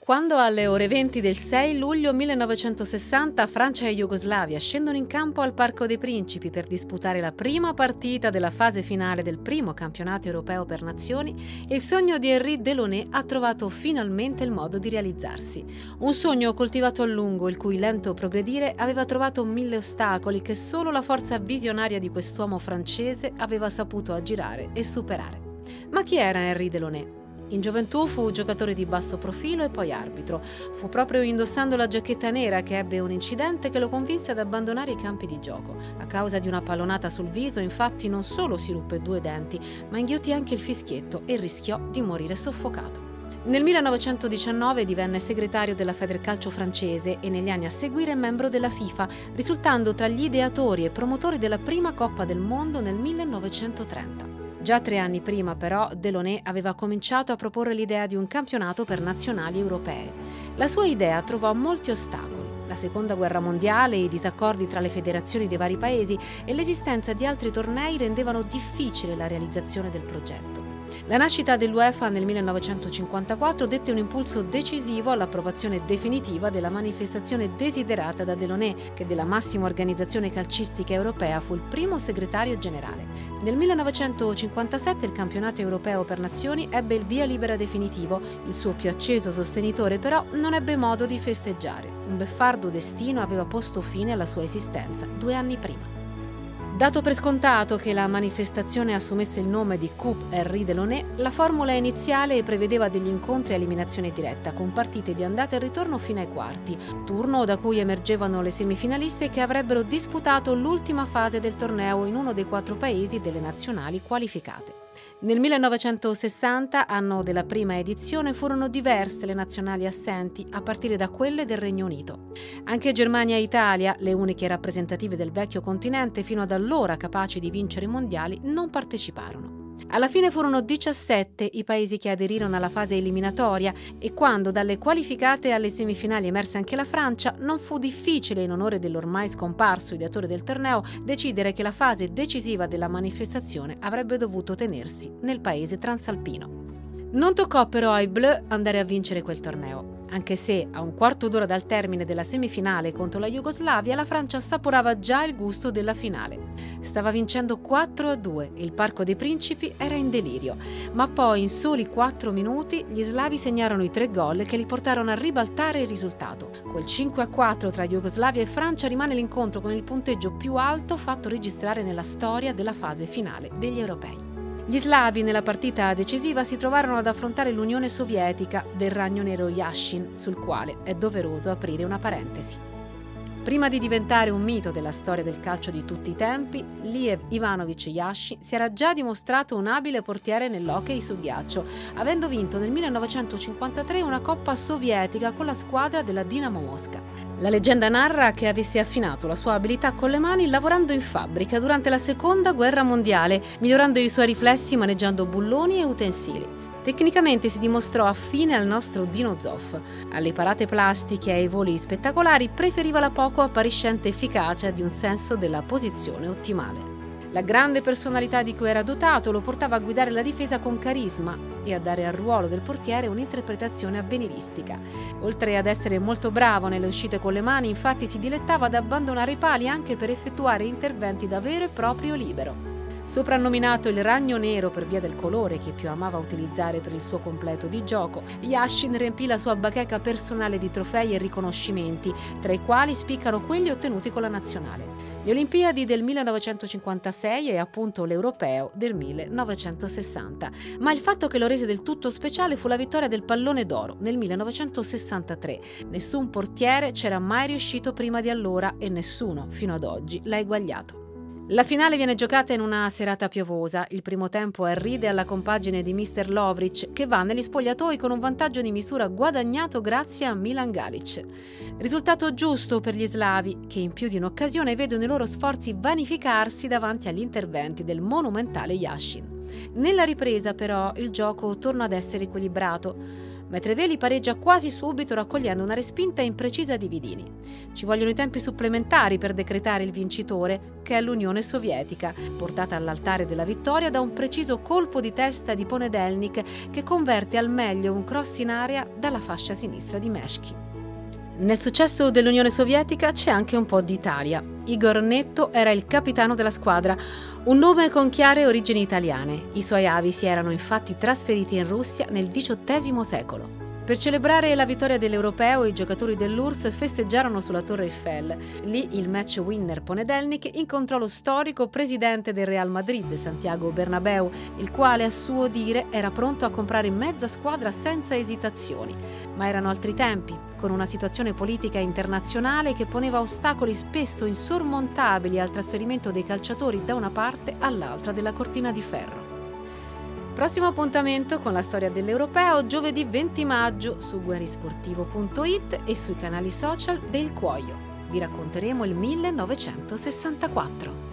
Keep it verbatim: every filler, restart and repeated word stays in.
Quando alle ore venti del sei luglio millenovecentosessanta Francia e Jugoslavia scendono in campo al Parco dei Principi per disputare la prima partita della fase finale del primo campionato europeo per nazioni, il sogno di Henri Delaunay ha trovato finalmente il modo di realizzarsi. Un sogno coltivato a lungo, il cui lento progredire aveva trovato mille ostacoli che solo la forza visionaria di quest'uomo francese aveva saputo aggirare e superare. Ma chi era Henri Delaunay? In gioventù fu giocatore di basso profilo e poi arbitro. Fu proprio indossando la giacchetta nera che ebbe un incidente che lo convinse ad abbandonare i campi di gioco. A causa di una pallonata sul viso, infatti, non solo si ruppe due denti, ma inghiottì anche il fischietto e rischiò di morire soffocato. Nel millenovecentodiciannove divenne segretario della Federcalcio francese e negli anni a seguire membro della FIFA, risultando tra gli ideatori e promotori della prima Coppa del Mondo nel millenovecentotrenta. Già tre anni prima, però, Delaunay aveva cominciato a proporre l'idea di un campionato per nazionali europee. La sua idea trovò molti ostacoli: la Seconda Guerra Mondiale, i disaccordi tra le federazioni dei vari paesi e l'esistenza di altri tornei rendevano difficile la realizzazione del progetto. La nascita dell'UEFA nel millenovecentocinquantaquattro dette un impulso decisivo all'approvazione definitiva della manifestazione desiderata da Delaunay, che della massima organizzazione calcistica europea fu il primo segretario generale. Nel millenovecentocinquantasette il campionato europeo per nazioni ebbe il via libera definitivo. Il suo più acceso sostenitore però non ebbe modo di festeggiare. Un beffardo destino aveva posto fine alla sua esistenza due anni prima. Dato per scontato che la manifestazione assumesse il nome di Coupe Henri Delaunay, la formula iniziale prevedeva degli incontri a eliminazione diretta con partite di andata e ritorno fino ai quarti, turno da cui emergevano le semifinaliste che avrebbero disputato l'ultima fase del torneo in uno dei quattro paesi delle nazionali qualificate. Nel millenovecentosessanta, anno della prima edizione, furono diverse le nazionali assenti, a partire da quelle del Regno Unito. Anche Germania e Italia, le uniche rappresentative del vecchio continente fino ad allora capaci di vincere i mondiali, non parteciparono. Alla fine furono diciassette i paesi che aderirono alla fase eliminatoria e quando dalle qualificate alle semifinali emerse anche la Francia, non fu difficile, in onore dell'ormai scomparso ideatore del torneo, decidere che la fase decisiva della manifestazione avrebbe dovuto tenersi nel paese transalpino. Non toccò però ai Bleu andare a vincere quel torneo, anche se a un quarto d'ora dal termine della semifinale contro la Jugoslavia la Francia assaporava già il gusto della finale. Stava vincendo quattro a due e il Parco dei Principi era in delirio, ma poi in soli quattro minuti gli slavi segnarono i tre gol che li portarono a ribaltare il risultato. Quel cinque a quattro tra Jugoslavia e Francia rimane l'incontro con il punteggio più alto fatto registrare nella storia della fase finale degli europei. Gli slavi nella partita decisiva si trovarono ad affrontare l'Unione Sovietica del Ragno Nero Yashin, sul quale è doveroso aprire una parentesi. Prima di diventare un mito della storia del calcio di tutti i tempi, Lev Ivanovič Yashin si era già dimostrato un abile portiere nell'hockey su ghiaccio, avendo vinto nel millenovecentocinquantatré una Coppa sovietica con la squadra della Dinamo Mosca. La leggenda narra che avesse affinato la sua abilità con le mani lavorando in fabbrica durante la Seconda Guerra Mondiale, migliorando i suoi riflessi maneggiando bulloni e utensili. Tecnicamente si dimostrò affine al nostro Dino Zoff. Alle parate plastiche e ai voli spettacolari preferiva la poco appariscente efficacia di un senso della posizione ottimale. La grande personalità di cui era dotato lo portava a guidare la difesa con carisma e a dare al ruolo del portiere un'interpretazione avveniristica. Oltre ad essere molto bravo nelle uscite con le mani, infatti si dilettava ad abbandonare i pali anche per effettuare interventi da vero e proprio libero. Soprannominato il Ragno Nero per via del colore che più amava utilizzare per il suo completo di gioco, Yashin riempì la sua bacheca personale di trofei e riconoscimenti, tra i quali spiccano quelli ottenuti con la nazionale. Le Olimpiadi del millenovecentocinquantasei e appunto l'Europeo del millenovecentosessanta. Ma il fatto che lo rese del tutto speciale fu la vittoria del Pallone d'Oro nel millenovecentosessantatré. Nessun portiere c'era mai riuscito prima di allora e nessuno, fino ad oggi, l'ha eguagliato. La finale viene giocata in una serata piovosa. Il primo tempo arride alla compagine di mister Lovric, che va negli spogliatoi con un vantaggio di misura guadagnato grazie a Milan Galic. Risultato giusto per gli slavi, che in più di un'occasione vedono i loro sforzi vanificarsi davanti agli interventi del monumentale Yashin. Nella ripresa, però, il gioco torna ad essere equilibrato, Metreveli pareggia quasi subito raccogliendo una respinta imprecisa di Vidini. Ci vogliono i tempi supplementari per decretare il vincitore, che è l'Unione Sovietica, portata all'altare della vittoria da un preciso colpo di testa di Ponedelnik che converte al meglio un cross in area dalla fascia sinistra di Meshki. Nel successo dell'Unione Sovietica c'è anche un po' di Italia. Igor Netto era il capitano della squadra, un nome con chiare origini italiane. I suoi avi si erano infatti trasferiti in Russia nel diciottesimo secolo. Per celebrare la vittoria dell'Europeo, i giocatori dell'U R S S festeggiarono sulla Torre Eiffel. Lì il match winner Ponedelnik incontrò lo storico presidente del Real Madrid, Santiago Bernabéu, il quale a suo dire era pronto a comprare mezza squadra senza esitazioni. Ma erano altri tempi, con una situazione politica internazionale che poneva ostacoli spesso insormontabili al trasferimento dei calciatori da una parte all'altra della cortina di ferro. Prossimo appuntamento con la storia dell'Europeo giovedì venti maggio su guerisportivo punto it e sui canali social del Cuoio. Vi racconteremo il millenovecentosessantaquattro.